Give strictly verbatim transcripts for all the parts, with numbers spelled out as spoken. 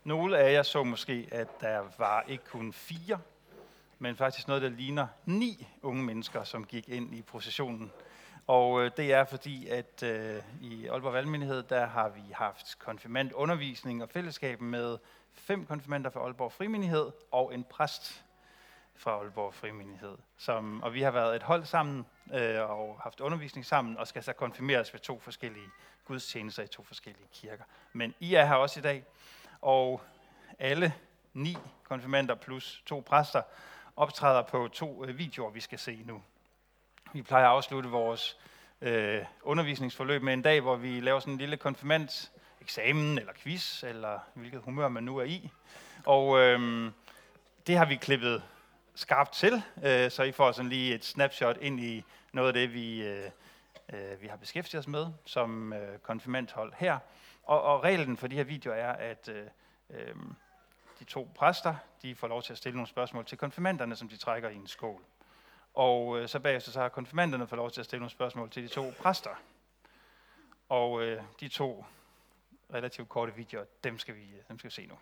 Nogle af jer så måske, at der var ikke kun fire, men faktisk noget, der ligner ni unge mennesker, som gik ind i processionen. Og øh, det er fordi, at øh, i Aalborg Valgmenighed, der har vi haft konfirmandundervisning og fællesskab med fem konfirmander fra Aalborg Frimenighed og en præst fra Aalborg Frimenighed. Som, og vi har været et hold sammen øh, og haft undervisning sammen og skal så konfirmeres ved to forskellige gudstjenester i to forskellige kirker. Men I er her også i dag, og alle ni konfirmander plus to præster optræder på to øh, videoer, vi skal se nu. Vi plejer at afslutte vores øh, undervisningsforløb med en dag, hvor vi laver sådan en lille konfirmandseksamen eller quiz, eller hvilket humør man nu er i. Og øh, det har vi klippet skarpt til, øh, så I får sådan lige et snapshot ind i noget af det, vi, øh, øh, vi har beskæftiget os med som øh, konfirmandhold her. Og, og reglen for de her videoer er, at øh, øh, de to præster, de får lov til at stille nogle spørgsmål til konfirmanderne, som de trækker i en skål. Og øh, så bagefter så har konfirmanderne fået lov til at stille nogle spørgsmål til de to præster. Og øh, de to relativt korte videoer, dem skal vi, dem skal vi se nu.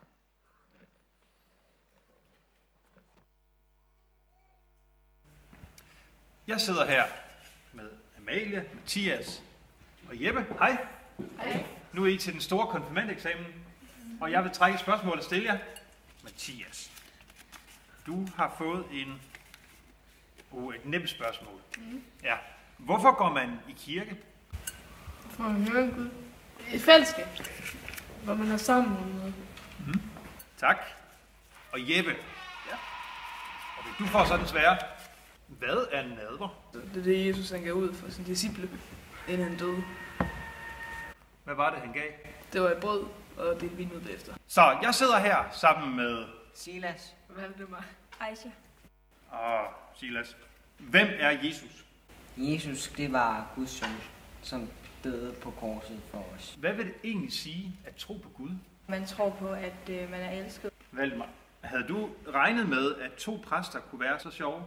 Jeg sidder her med Amalie, Mathias og Jeppe. Hej. Hej. Nu er I til den store konfirmandeksamen, og jeg vil trække et spørgsmål og stille jer. Mathias, du har fået en, oh, et nemt spørgsmål. Mm. Ja. Hvorfor går man i kirke? For at høre Gud. Et fællesskab, hvor man er sammen om noget. Mm. Tak. Og Jeppe, ja. Okay, du får sådan svære. Hvad er nadver? Det er det, Jesus han gav ud for sine disciple, inden han døde. Hvad var det, han gav? Det var et brød, og det er vin ud efter. Så jeg sidder her sammen med Silas. Valdemar. Aisha. og Silas. Hvem er Jesus? Jesus, det var Guds søn, som døde på korset for os. Hvad vil det egentlig sige at tro på Gud? Man tror på, at øh, man er elsket. Valdemar, havde du regnet med, at to præster kunne være så sjove?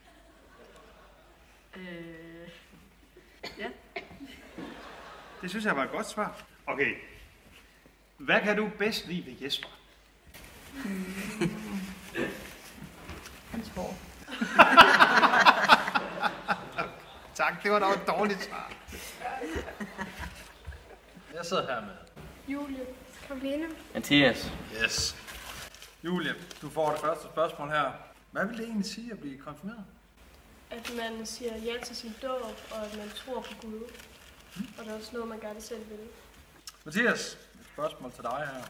Øh, ja. Det synes jeg var et godt svar. Okay. Hvad kan du bedst lide ved Jesper? Hans hår. Tak, det var dog et dårligt svar. Jeg sidder her med Julie. Karoline. Mathias. Yes. Julie, du får det første spørgsmål her. Hvad vil det egentlig sige at blive konfirmeret? At man siger ja til sin dåb, og at man tror på Gud. Mm. Og der er også noget, man gerne selv vil. Mathias, et spørgsmål til dig her.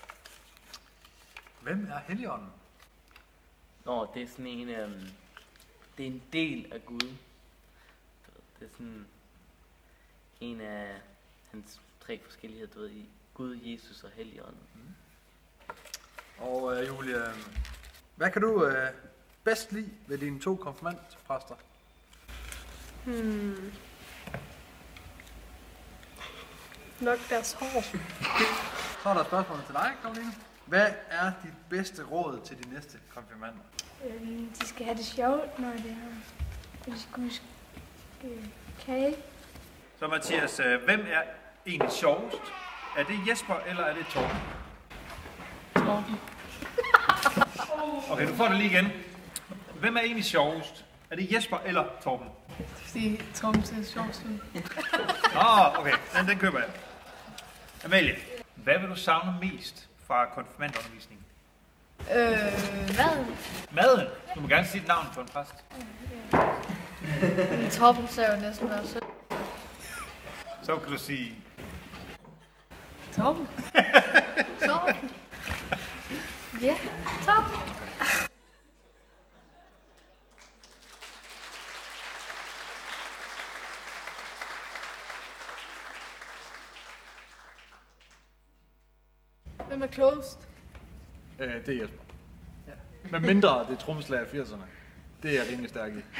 Hvem er Helligånden? Nå, det er sådan en, øhm, det er en del af Gud. Det er sådan en af hans tre forskelligheder, du ved, i Gud, Jesus og Helligånden. Mm. Og øh, Julie, hvad kan du øh, bedst lide ved dine to konfirmandpræster? Hmm. Nok deres hår. Så er der et spørgsmål til dig, Karoline. Hvad er dit bedste råd til de næste konfirmander? Øhm, de skal have det sjovt, når det er, når de skal huske øh, kage. Så Mathias, øh, hvem er egentlig sjovest? Er det Jesper, eller er det Torben? Torben. Okay, du får det lige igen. Hvem er egentlig sjovest? Er det Jesper eller Torben? Fordi Torben ser sjovt ud. Åh, okay. Den, den køber jeg. Amalie, hvad vil du savne mest fra konfirmandundervisningen? Øh, maden. Maden? Du må gerne sige et navn på en præst. Men Torben ser jo næsten også. Så kan du sige... Torben. Torben. Ja, Torben. Hvem er klogest? Øh, det er Jesper. Ja. Men mindre det er trommeslager i firserne. Det er jeg rimelig stærk i.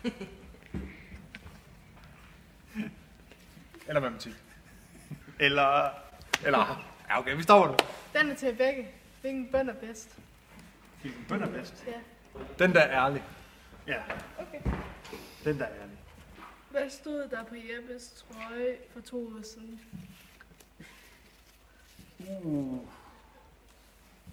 Eller matematik. Eller... Eller... Ja, okay, vi stopper nu. Den er til begge. Hvilken bøn er bedst? Hvilken bøn er bedst? Ja. Den der er ærlig. Ja, Okay. den der er ærlig. Hvad stod der på Jeppes trøje for to uger siden? Uh.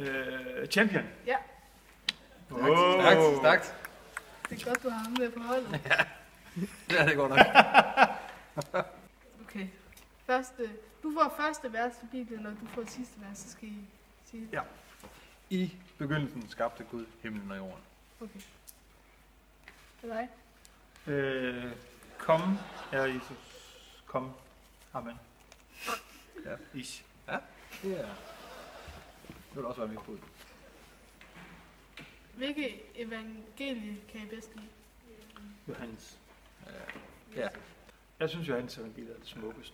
Øh, champion. Ja. Wow. Stærkt, stærkt. Det er godt, du har ham med på holdet. Ja, det går nok. Okay. Første, du får første vers i Bibelen, og du får sidste vers, så skal I sige det. Ja. I begyndelsen skabte Gud himlen og jorden. Okay. Det er dig. Øh, kom, Herre Jesus. Kom. Amen. Ja. Ish. Ja, det er... Det vil også være med på. Hvilke evangelie kan I bedst lide? Johannes. Ja, Jeg synes, Johannes evangeliet er det smukkeste.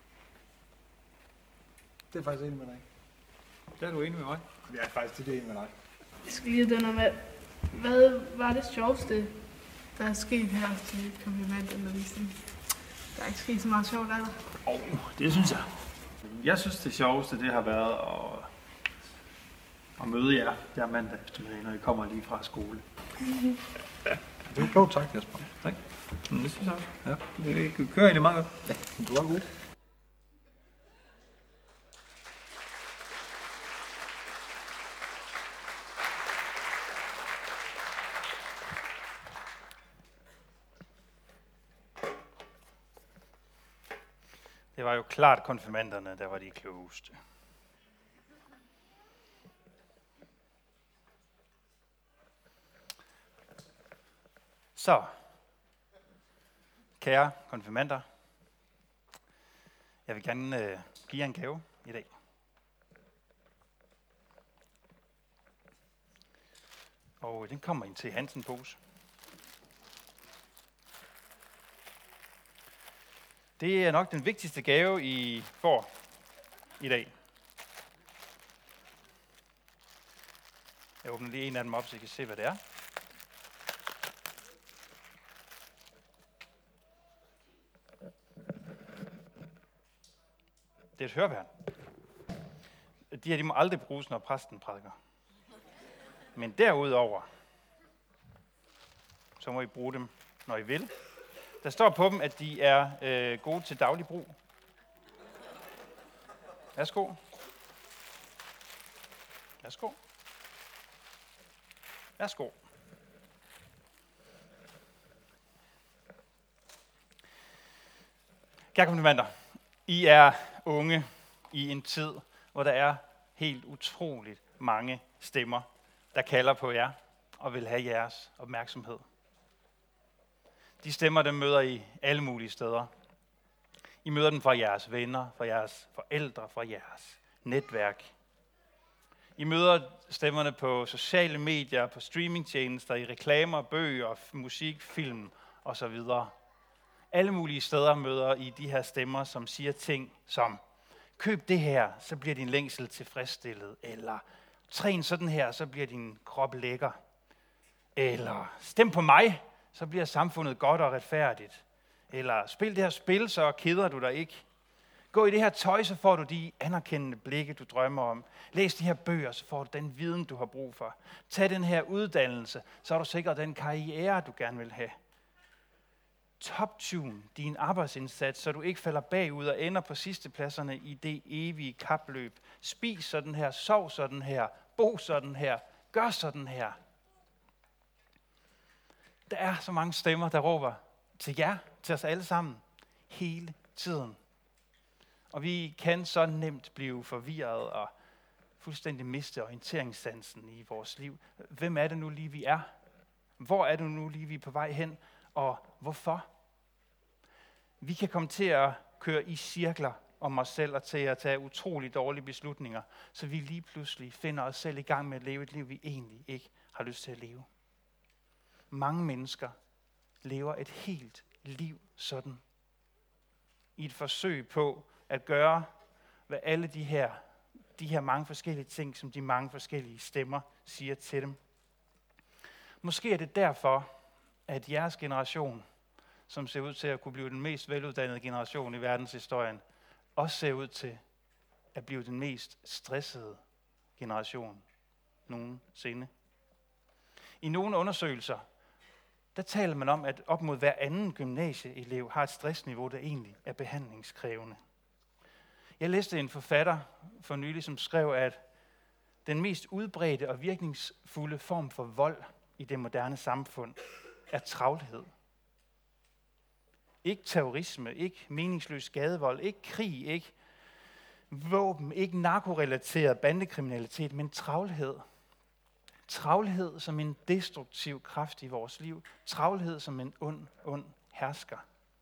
det er faktisk enig med dig. Det er du enig med mig? Jeg er faktisk til det enig med dig. Jeg skal lige have den om, hvad var det sjoveste, der er sket her til konfirmandundervisning? Der er ikke sket så meget sjovt, er der? Åh, oh, det synes jeg. Jeg synes, det sjoveste, det har været at, at møde jer der mandag eftermiddag, når I kommer lige fra skole. Det er klogt sagt, Jesper. Tak. Mm, det synes jeg også. Ja. Det kører egentlig meget godt. Ja, du er god. Det var jo klart konfirmanderne, der var de klogeste. Så, kære konfirmander, jeg vil gerne øh, give jer en gave i dag. Og den kommer ind til Hansen-pose. Det er nok den vigtigste gave, I får i dag. Jeg åbner lige en af dem op, så I kan se, hvad det er. Det er et høreværn. De her de må aldrig bruges, når præsten prædiker. Men derudover, så må I bruge dem, når I vil. Der står på dem, at de er øh, gode til daglig brug. Værsgo. Værsgo. Værsgo. Kære konfirmander, I er unge i en tid, hvor der er helt utroligt mange stemmer, der kalder på jer og vil have jeres opmærksomhed. De stemmer, dem møder I alle mulige steder. I møder dem fra jeres venner, fra jeres forældre, fra jeres netværk. I møder stemmerne på sociale medier, på streamingtjenester, i reklamer, bøger, musik, film osv. Alle mulige steder møder I de her stemmer, som siger ting som: køb det her, så bliver din længsel tilfredsstillet. Eller træn sådan her, så bliver din krop lækker. Eller stem på mig, så bliver samfundet godt og retfærdigt. Eller spil det her spil, så keder du dig ikke. Gå i det her tøj, så får du de anerkendende blikke, du drømmer om. Læs de her bøger, så får du den viden, du har brug for. Tag den her uddannelse, så har du sikret den karriere, du gerne vil have. Top-tune din arbejdsindsats, så du ikke falder bagud og ender på sidstepladserne i det evige kapløb. Spis sådan her, sov sådan her, bo sådan her, gør sådan her. Der er så mange stemmer, der råber til jer, til os alle sammen, hele tiden. Og vi kan så nemt blive forvirret og fuldstændig miste orienteringssansen i vores liv. Hvem er det nu lige, vi er? Hvor er det nu lige, vi er på vej hen? Og hvorfor? Vi kan komme til at køre i cirkler om os selv og til at tage utrolig dårlige beslutninger, så vi lige pludselig finder os selv i gang med at leve et liv, vi egentlig ikke har lyst til at leve. Mange mennesker lever et helt liv sådan, i et forsøg på at gøre, hvad alle de her, de her mange forskellige ting, som de mange forskellige stemmer siger til dem. Måske er det derfor, at jeres generation, som ser ud til at kunne blive den mest veluddannede generation i verdenshistorien, også ser ud til at blive den mest stressede generation nogensinde. I nogle undersøgelser, der taler man om, at op mod hver anden gymnasieelev har et stressniveau, der egentlig er behandlingskrævende. Jeg læste en forfatter for nylig, som skrev, at den mest udbredte og virkningsfulde form for vold i det moderne samfund er travlhed. Ikke terrorisme, ikke meningsløs gadevold, ikke krig, ikke våben, ikke narkorelateret bandekriminalitet, men travlhed. Travlhed som en destruktiv kraft i vores liv. Travlhed som en ond, ond hersker.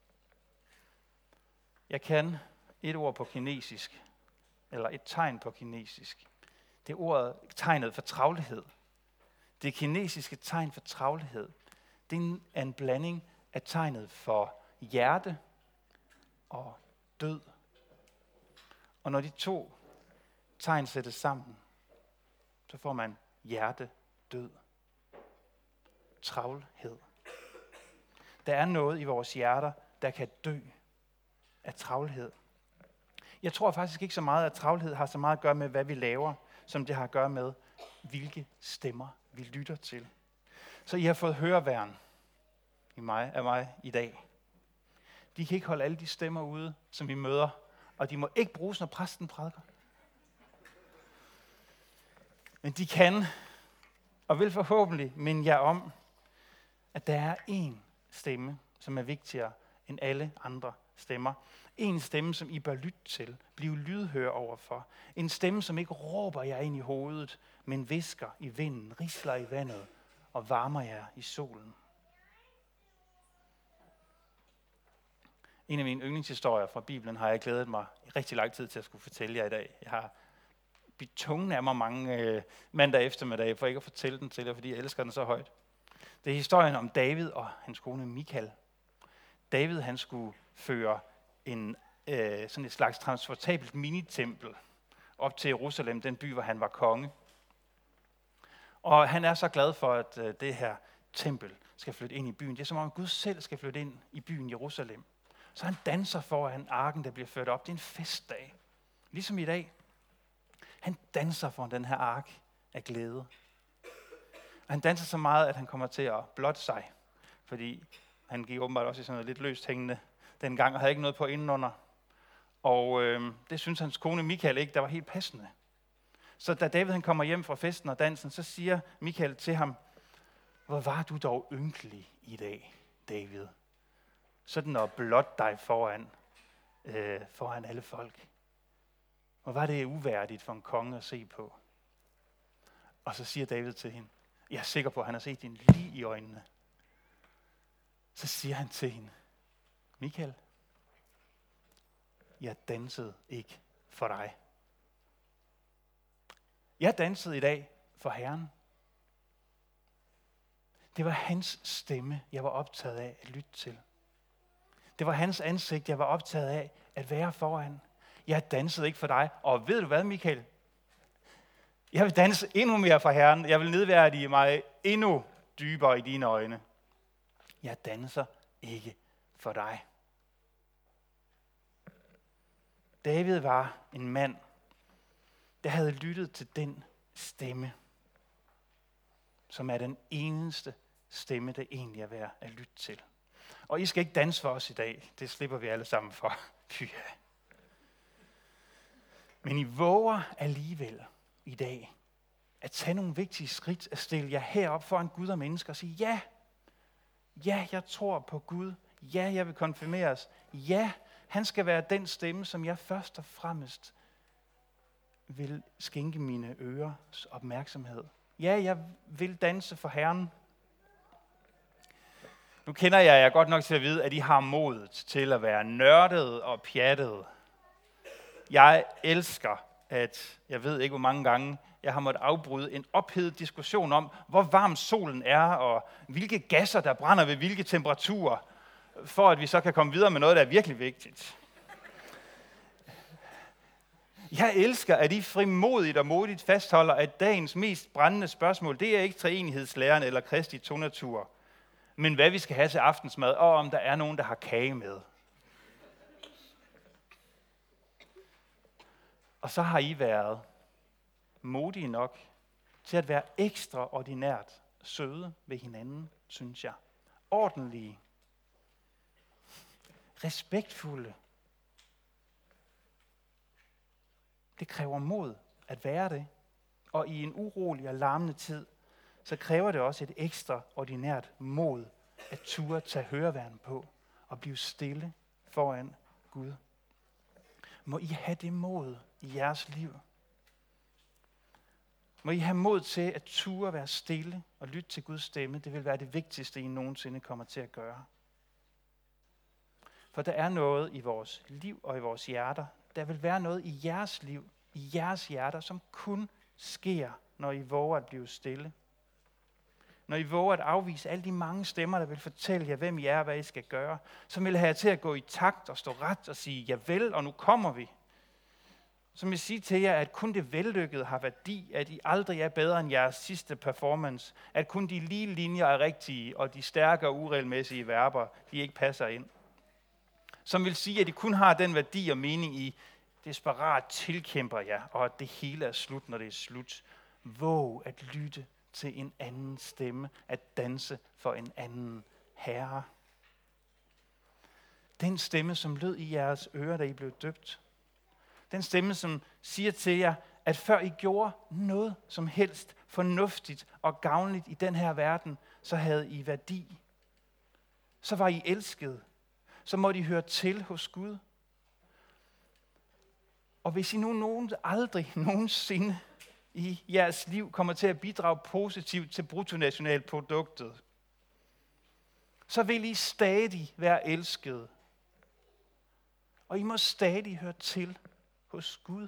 Jeg kan et ord på kinesisk, eller et tegn på kinesisk. Det er ordet, tegnet for travlhed. Det kinesiske tegn for travlhed, det er en blanding af tegnet for hjerte og død. Og når de to tegn sættes sammen, så får man hjerte, død, travlhed. Der er noget i vores hjerter, der kan dø af travlhed. Jeg tror faktisk ikke så meget, at travlhed har så meget at gøre med, hvad vi laver, som det har at gøre med, hvilke stemmer vi lytter til. Så I har fået høreværn i mig, af mig i dag. De kan ikke holde alle de stemmer ude, som vi møder, og de må ikke bruges, når præsten prædiker. Men de kan, og vil forhåbentlig minde jer om, at der er én stemme, som er vigtigere end alle andre stemmer. En stemme, som I bør lytte til, blive lydhør overfor. En stemme, som ikke råber jer ind i hovedet, men visker i vinden, risler i vandet og varmer jer i solen. En af mine yndlingshistorier fra Bibelen har jeg glædet mig i rigtig lang tid til at skulle fortælle jer i dag. Jeg har bidt tungen af mig mange øh, mandag eftermiddag, for ikke at fortælle den til jer, fordi jeg elsker den så højt. Det er historien om David og hans kone Michal. David han skulle føre en, øh, sådan et slags transportabelt minitempel op til Jerusalem, den by, hvor han var konge. Og han er så glad for, at øh, det her tempel skal flytte ind i byen. Det er som om Gud selv skal flytte ind i byen Jerusalem. Så han danser foran arken, der bliver ført op. Det er en festdag. Ligesom i dag. Han danser foran den her ark af glæde. Og han danser så meget, at han kommer til at blotte sig. Fordi han gik åbenbart også i sådan noget lidt løst hængende dengang, og havde ikke noget på indenunder. Og øh, det synes hans kone Michal ikke, der var helt passende. Så da David han kommer hjem fra festen og dansen, så siger Michal til ham, hvor var du dog ynkelig i dag, David? Sådan at blotte dig foran, øh, foran alle folk. Hvor var det uværdigt for en konge at se på? Og så siger David til hende, jeg er sikker på, at han har set din lige i øjnene. Så siger han til hende, Michal, jeg dansede ikke for dig. Jeg dansede i dag for Herren. Det var hans stemme, jeg var optaget af at lytte til. Det var hans ansigt, jeg var optaget af at være foran. Jeg dansede ikke for dig. Og ved du hvad, Michael? Jeg vil danse endnu mere for Herren. Jeg vil nedværdige mig endnu dybere i dine øjne. Jeg danser ikke for dig. David var en mand, der havde lyttet til den stemme, som er den eneste stemme, der egentlig er værd at lytte til. Og I skal ikke danse for os i dag. Det slipper vi alle sammen for. Pyha. Men I våger alligevel i dag at tage nogle vigtige skridt, at stille jer herop foran Gud og mennesker og sige, ja, ja, jeg tror på Gud. Ja, jeg vil konfirmeres. Ja, han skal være den stemme, som jeg først og fremmest vil skænke mine ørers opmærksomhed. Ja, jeg vil danse for Herren. Nu kender jeg jer godt nok til at vide, at I har modet til at være nørdet og pjattet. Jeg elsker, at jeg ved ikke, hvor mange gange jeg har måttet afbryde en ophedet diskussion om, hvor varm solen er, og hvilke gasser, der brænder ved hvilke temperaturer, for at vi så kan komme videre med noget, der er virkelig vigtigt. Jeg elsker, at I frimodigt og modigt fastholder, at dagens mest brændende spørgsmål, det er ikke treenighedslæren eller Kristi tonatur, men hvad vi skal have til aftensmad, og om der er nogen, der har kage med. Og så har I været modige nok til at være ekstraordinært søde ved hinanden, synes jeg. Ordentlige. Respektfulde. Det kræver mod at være det. Og i en urolig og larmende tid, så kræver det også et ekstraordinært mod at turde tage høreværen på og blive stille foran Gud. Må I have det mod i jeres liv. Må I have mod til at ture være stille og lytte til Guds stemme. Det vil være det vigtigste, I nogensinde kommer til at gøre. For der er noget i vores liv og i vores hjerter. Der vil være noget i jeres liv, i jeres hjerter, som kun sker, når I våger at blive stille. Når I våger at afvise alle de mange stemmer, der vil fortælle jer, hvem I er og hvad I skal gøre, som vil have jer til at gå i takt og stå ret og sige, ja vel, og nu kommer vi. Som vil sige til jer, at kun det vellykkede har værdi, at I aldrig er bedre end jeres sidste performance, at kun de lige linjer er rigtige, og de stærke og uregelmæssige verber, de ikke passer ind. Som vil sige, at I kun har den værdi og mening, I desperat tilkæmper jer, og at det hele er slut, når det er slut. Våg at lytte til en anden stemme, at danse for en anden herre. Den stemme, som lød i jeres ører, da I blev døbt. Den stemme, som siger til jer, at før I gjorde noget som helst fornuftigt og gavnligt i den her verden, så havde I værdi. Så var I elskede. Så måtte I høre til hos Gud. Og hvis I nu nogen, aldrig nogensinde i jeres liv kommer til at bidrage positivt til bruttonationalproduktet, så vil I stadig være elskede. Og I må stadig høre til hos Gud.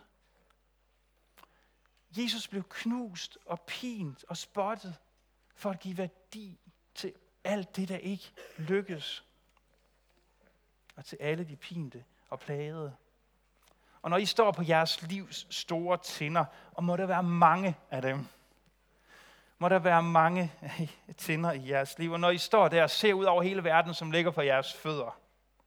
Jesus blev knust og pint og spottet for at give værdi til alt det, der ikke lykkes. Og til alle de pinte og plagede. Og når I står på jeres livs store tinder, og må der være mange af dem, må der være mange tinder i jeres liv, og når I står der og ser ud over hele verden, som ligger på jeres fødder,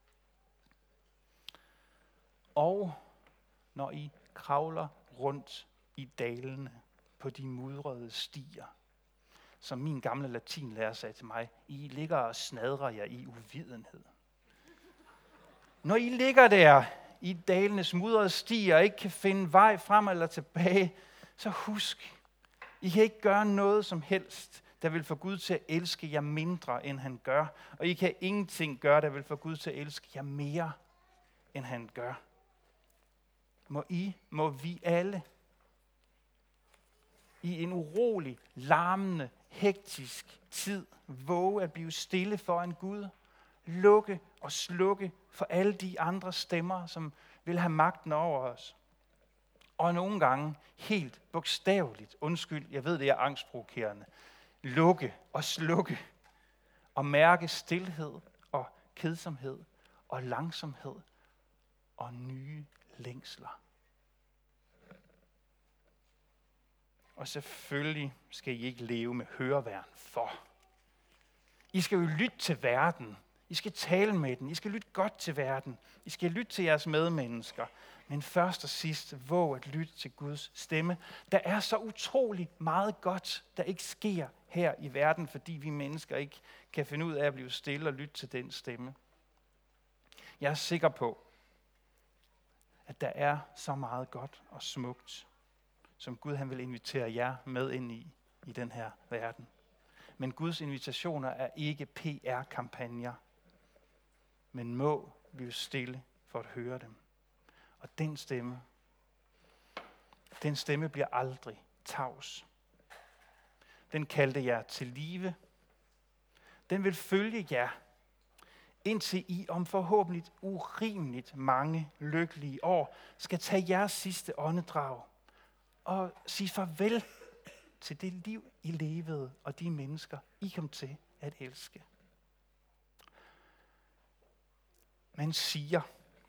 og når I kravler rundt i dalene på de mudrede stier, som min gamle latinlærer sagde til mig, I ligger og snadrer jer i uvidenhed. Når I ligger der i dalenes mudrede stier og ikke kan finde vej frem eller tilbage, så husk, I kan ikke gøre noget som helst, der vil få Gud til at elske jer mindre, end han gør. Og I kan ingenting gøre, der vil få Gud til at elske jer mere, end han gør. Må I, må vi alle, i en urolig, larmende, hektisk tid, våge at blive stille foran Gud, lukke og slukke for alle de andre stemmer, som vil have magten over os. Og nogle gange helt bogstaveligt, undskyld, jeg ved det er angstprovokerende, lukke og slukke og mærke stilhed og kedsomhed og langsomhed og nye længsler. Og selvfølgelig skal I ikke leve med høreværen for. I skal jo lytte til verden. I skal tale med den. I skal lytte godt til verden. I skal lytte til jeres medmennesker. Men først og sidst, våg at lytte til Guds stemme. Der er så utrolig meget godt, der ikke sker her i verden, fordi vi mennesker ikke kan finde ud af at blive stille og lytte til den stemme. Jeg er sikker på, at der er så meget godt og smukt, som Gud han vil invitere jer med ind i, i den her verden. Men Guds invitationer er ikke P R-kampagner, men må blive stille for at høre dem. Og den stemme, den stemme bliver aldrig tavs. Den kaldte jer til live. Den vil følge jer, indtil I om forhåbentlig urimeligt mange lykkelige år skal tage jeres sidste åndedrag og sige farvel til det liv, I levede, og de mennesker, I kom til at elske. Man siger,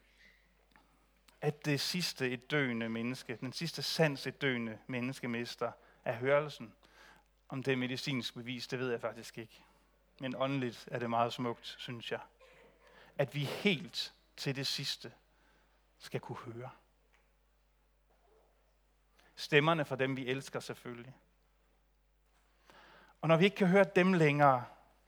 at det sidste et døende menneske, den sidste sans et døende menneske mister, er hørelsen. Om det er medicinsk bevis, det ved jeg faktisk ikke. Men åndeligt er det meget smukt, synes jeg. At vi helt til det sidste skal kunne høre. Stemmerne fra dem, vi elsker selvfølgelig. Og når vi ikke kan høre dem længere,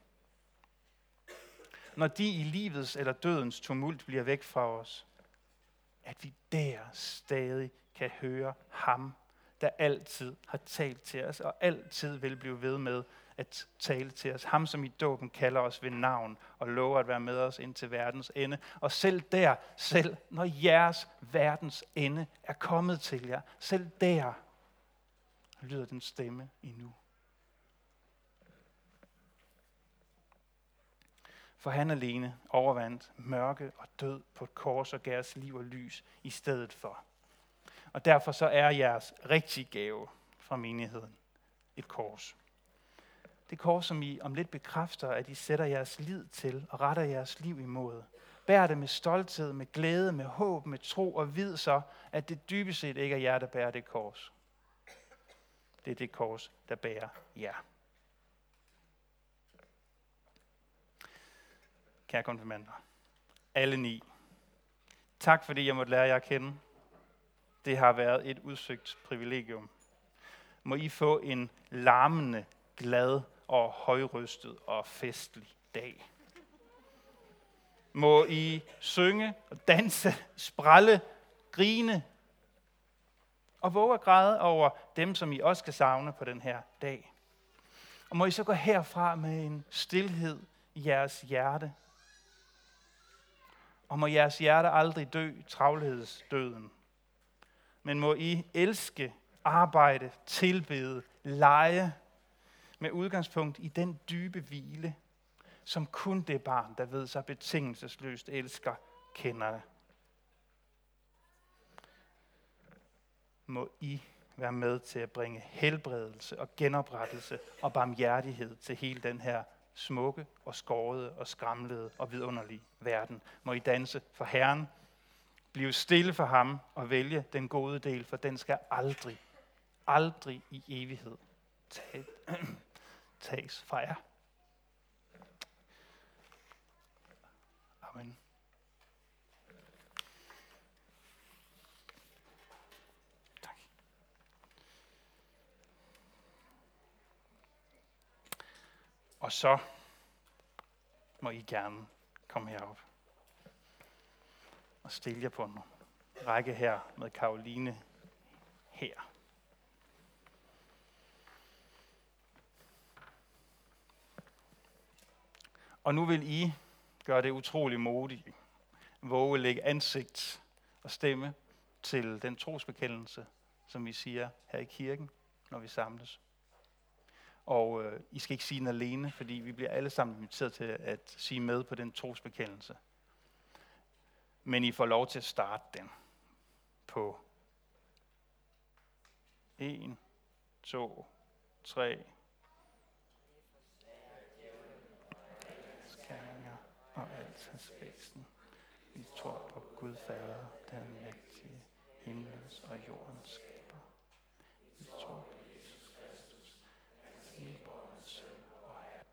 når de i livets eller dødens tumult bliver væk fra os, at vi der stadig kan høre ham, der altid har talt til os, og altid vil blive ved med at tale til os. Ham, som i dåben kalder os ved navn, og lover at være med os ind til verdens ende. Og selv der, selv når jeres verdens ende er kommet til jer, selv der lyder den stemme endnu. For han alene overvandt mørke og død på et kors og gav os liv og lys i stedet for. Og derfor så er jeres rigtige gave fra menigheden et kors. Det kors, som I om lidt bekræfter, at I sætter jeres lid til og retter jeres liv imod. Bær det med stolthed, med glæde, med håb, med tro og vid så, at det dybest set ikke er jer, der bærer det kors. Det er det kors, der bærer jer. Kære konfirmander, alle ni, tak fordi jeg måtte lære jer at kende. Det har været et udsøgt privilegium. Må I få en larmende, glad og højrøstet og festlig dag. Må I synge og danse, sprælle, grine og våge at græde over dem, som I også skal savne på den her dag. Og må I så gå herfra med en stilhed i jeres hjerte. Og må jeres hjerte aldrig dø travlhedsdøden. Men må I elske, arbejde, tilbede, lege med udgangspunkt i den dybe hvile, som kun det barn, der ved sig betingelsesløst elsker, kender det. Må I være med til at bringe helbredelse og genoprettelse og barmhjertighed til hele den her smukke og skårede og skramlede og vidunderlige verden. Må I danse for Herren, blive stille for ham og vælge den gode del, for den skal aldrig, aldrig i evighed tages fra jer. Amen. Tak. Og så må I gerne komme herop og stille jer på en række her med Karoline her. Og nu vil I gøre det utrolig modigt, våge lægge ansigt og stemme til den trosbekendelse, som vi siger her i kirken, når vi samles. Og øh, I skal ikke sige den alene, fordi vi bliver alle sammen inviteret til at sige med på den trosbekendelse. Men I får lov til at starte den på en, to, tre. Skæringer og alt hans væsen. Vi tror på Gud Fader, den mægtige, himlens og jordens skaber. Vi tror på Jesus Kristus, hans enbårne søn og Herre.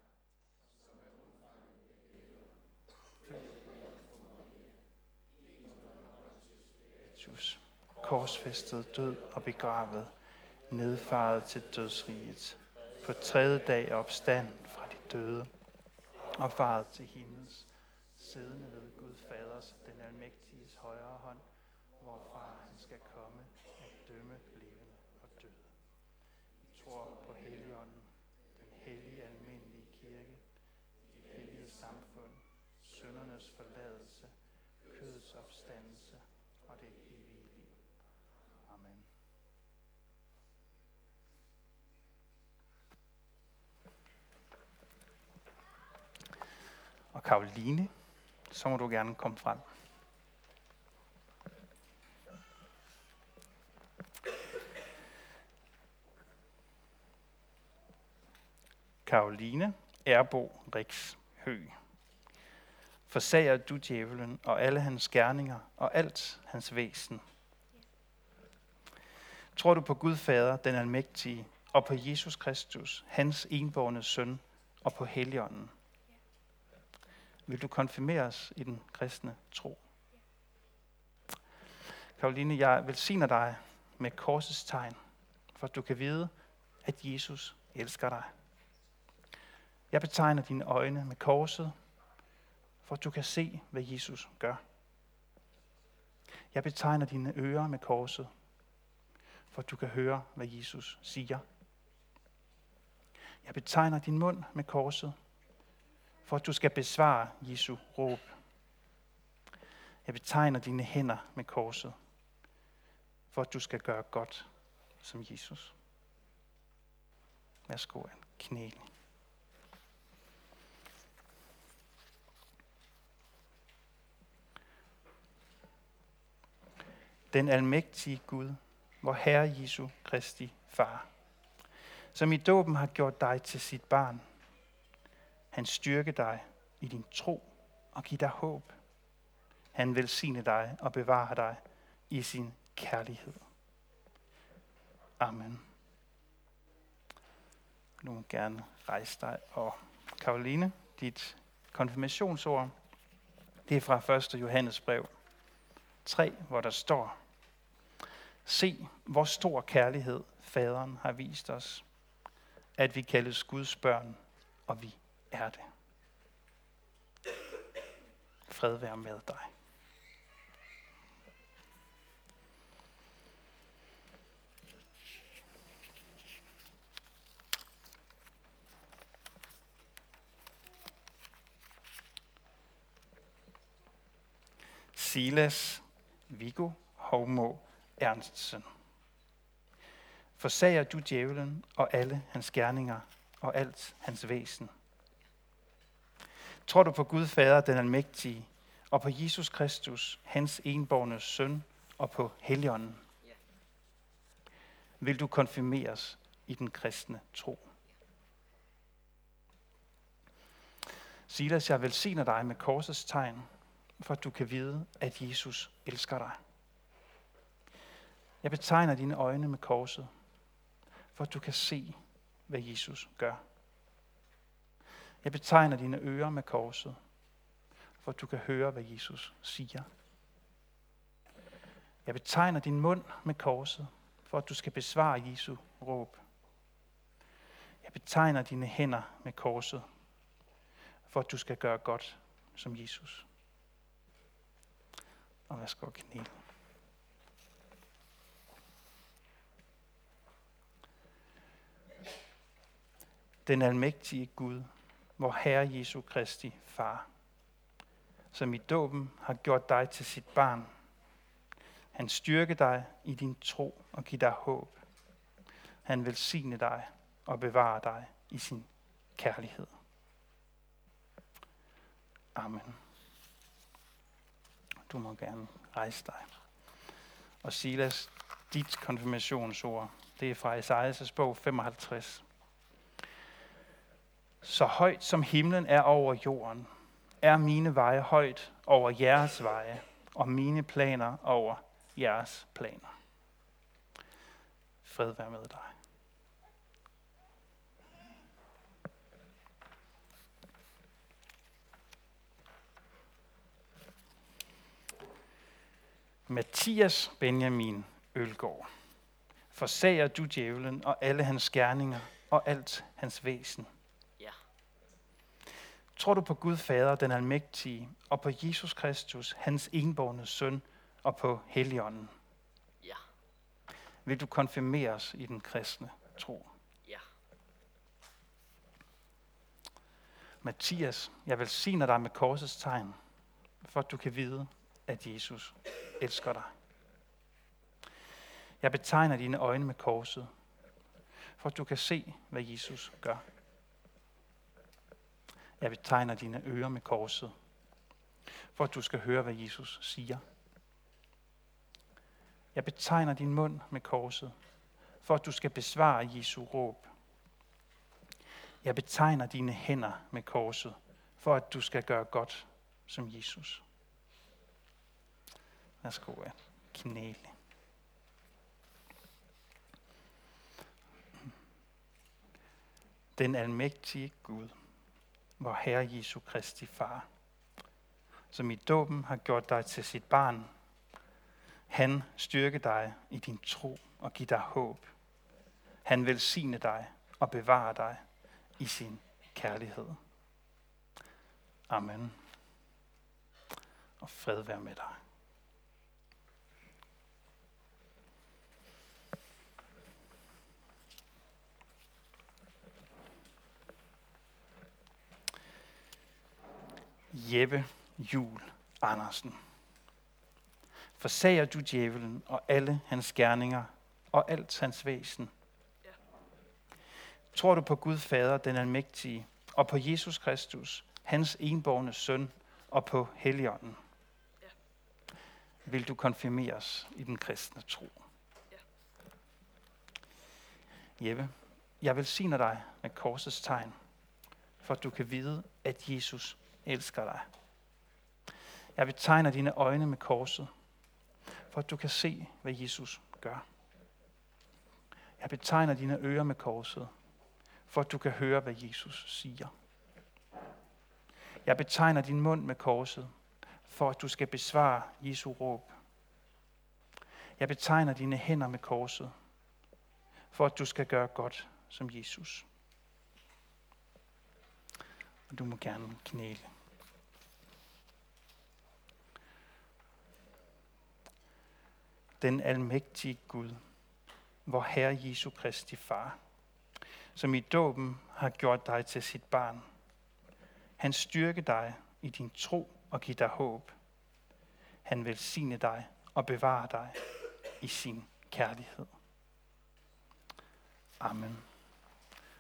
Jesus, korsfæstet, død og begravet, nedfaret til dødsriget, på tredje dag opstand fra de døde, og faret til himmels, siddende ved Gud Faders, den almægtiges højre hånd, hvorfra han skal komme at dømme levende og døde. Vi tror på Helligånden, den hellige almindelige kirke, det hellige samfund, syndernes forladelse, kødets opstandelse og det evige liv. Amen. Og Karoline, så må du gerne komme frem. Karoline Erbo Rix Høgh. Forsager du djævelen og alle hans gerninger og alt hans væsen. Tror du på Gud Fader, den almægtige, og på Jesus Kristus, hans enbårne søn, og på Helligånden? Vil du konfirmeres i den kristne tro? Karoline, jeg velsigner dig med korsets tegn, for at du kan vide, at Jesus elsker dig. Jeg betegner dine øjne med korset, for at du kan se, hvad Jesus gør. Jeg betegner dine ører med korset, for at du kan høre, hvad Jesus siger. Jeg betegner din mund med korset, for at du skal besvare Jesu råb. Jeg betegner dine hænder med korset, for at du skal gøre godt som Jesus. Værsgo at knæle. Den almægtige Gud, vor Herre Jesu Kristi Far, som i dåben har gjort dig til sit barn. Han styrke dig i din tro og give dig håb. Han velsigne dig og bevare dig i sin kærlighed. Amen. Du må gerne rejse dig. Og Karoline, dit konfirmationsord, det er fra første Johannes brev tre, hvor der står: Se, hvor stor kærlighed faderen har vist os, at vi kaldes Guds børn, og vi er det. Fred være med dig. Silas Viggo Hovmo Ernstsen. Forsager du djævelen og alle hans gerninger og alt hans væsen? Tror du på Gud Fader, den almægtige, og på Jesus Kristus, hans enbårne søn, og på Helligånden? Ja. Vil du konfirmeres i den kristne tro? Silas, jeg velsigner dig med korsets tegn, for at du kan vide, at Jesus elsker dig. Jeg betegner dine øjne med korset, for at du kan se, hvad Jesus gør. Jeg betegner dine ører med korset, for at du kan høre, hvad Jesus siger. Jeg betegner din mund med korset, for at du skal besvare Jesu råb. Jeg betegner dine hænder med korset, for at du skal gøre godt som Jesus. Og værsgo at knæle. Den almægtige Gud, vor Herre Jesu Kristi Far, som i dåben har gjort dig til sit barn. Han styrke dig i din tro og give dig håb. Han velsigne dig og bevare dig i sin kærlighed. Amen. Du må gerne rejse dig. Og Silas, dit konfirmationsord, det er fra Esajas bog femoghalvtreds. Så højt som himlen er over jorden, er mine veje højt over jeres veje, og mine planer over jeres planer. Fred være med dig. Mathias Benjamin Ølgaard. Forsager du djævelen og alle hans gerninger og alt hans væsen? Ja. Tror du på Gud Fader, den almægtige, og på Jesus Kristus, hans enbårne søn, og på Helligånden? Ja. Vil du konfirmeres i den kristne tro? Ja. Mathias, jeg velsigner dig med korsets tegn, for at du kan vide, at Jesus elsker dig. Jeg betegner dine øjne med korset, for at du kan se, hvad Jesus gør. Jeg betegner dine ører med korset, for at du skal høre, hvad Jesus siger. Jeg betegner din mund med korset, for at du skal besvare Jesu råb. Jeg betegner dine hænder med korset, for at du skal gøre godt som Jesus. Værsgo at knæle. Den almægtige Gud, vor Herre Jesu Kristi Far, som i dåben har gjort dig til sit barn. Han styrke dig i din tro og give dig håb. Han velsigne dig og bevare dig i sin kærlighed. Amen. Og fred være med dig. Jeppe Juhl Andersen. Forsager du djævelen og alle hans gerninger og alt hans væsen? Ja. Tror du på Gud Fader, den almægtige, og på Jesus Kristus, hans enbårne søn, og på Helligånden? Ja. Vil du konfirmeres i den kristne tro? Ja. Jeppe, jeg velsigner dig med korsets tegn, for at du kan vide, at Jesus elsker dig. Jeg betegner dine øjne med korset, for at du kan se, hvad Jesus gør. Jeg betegner dine ører med korset, for at du kan høre, hvad Jesus siger. Jeg betegner din mund med korset, for at du skal besvare Jesu råb. Jeg betegner dine hænder med korset, for at du skal gøre godt som Jesus. Og du må gerne knæle. Den almægtige Gud, vor Herre Jesu Kristi Far, som i dåben har gjort dig til sit barn. Han styrke dig i din tro og give dig håb. Han velsigne dig og bevare dig i sin kærlighed. Amen.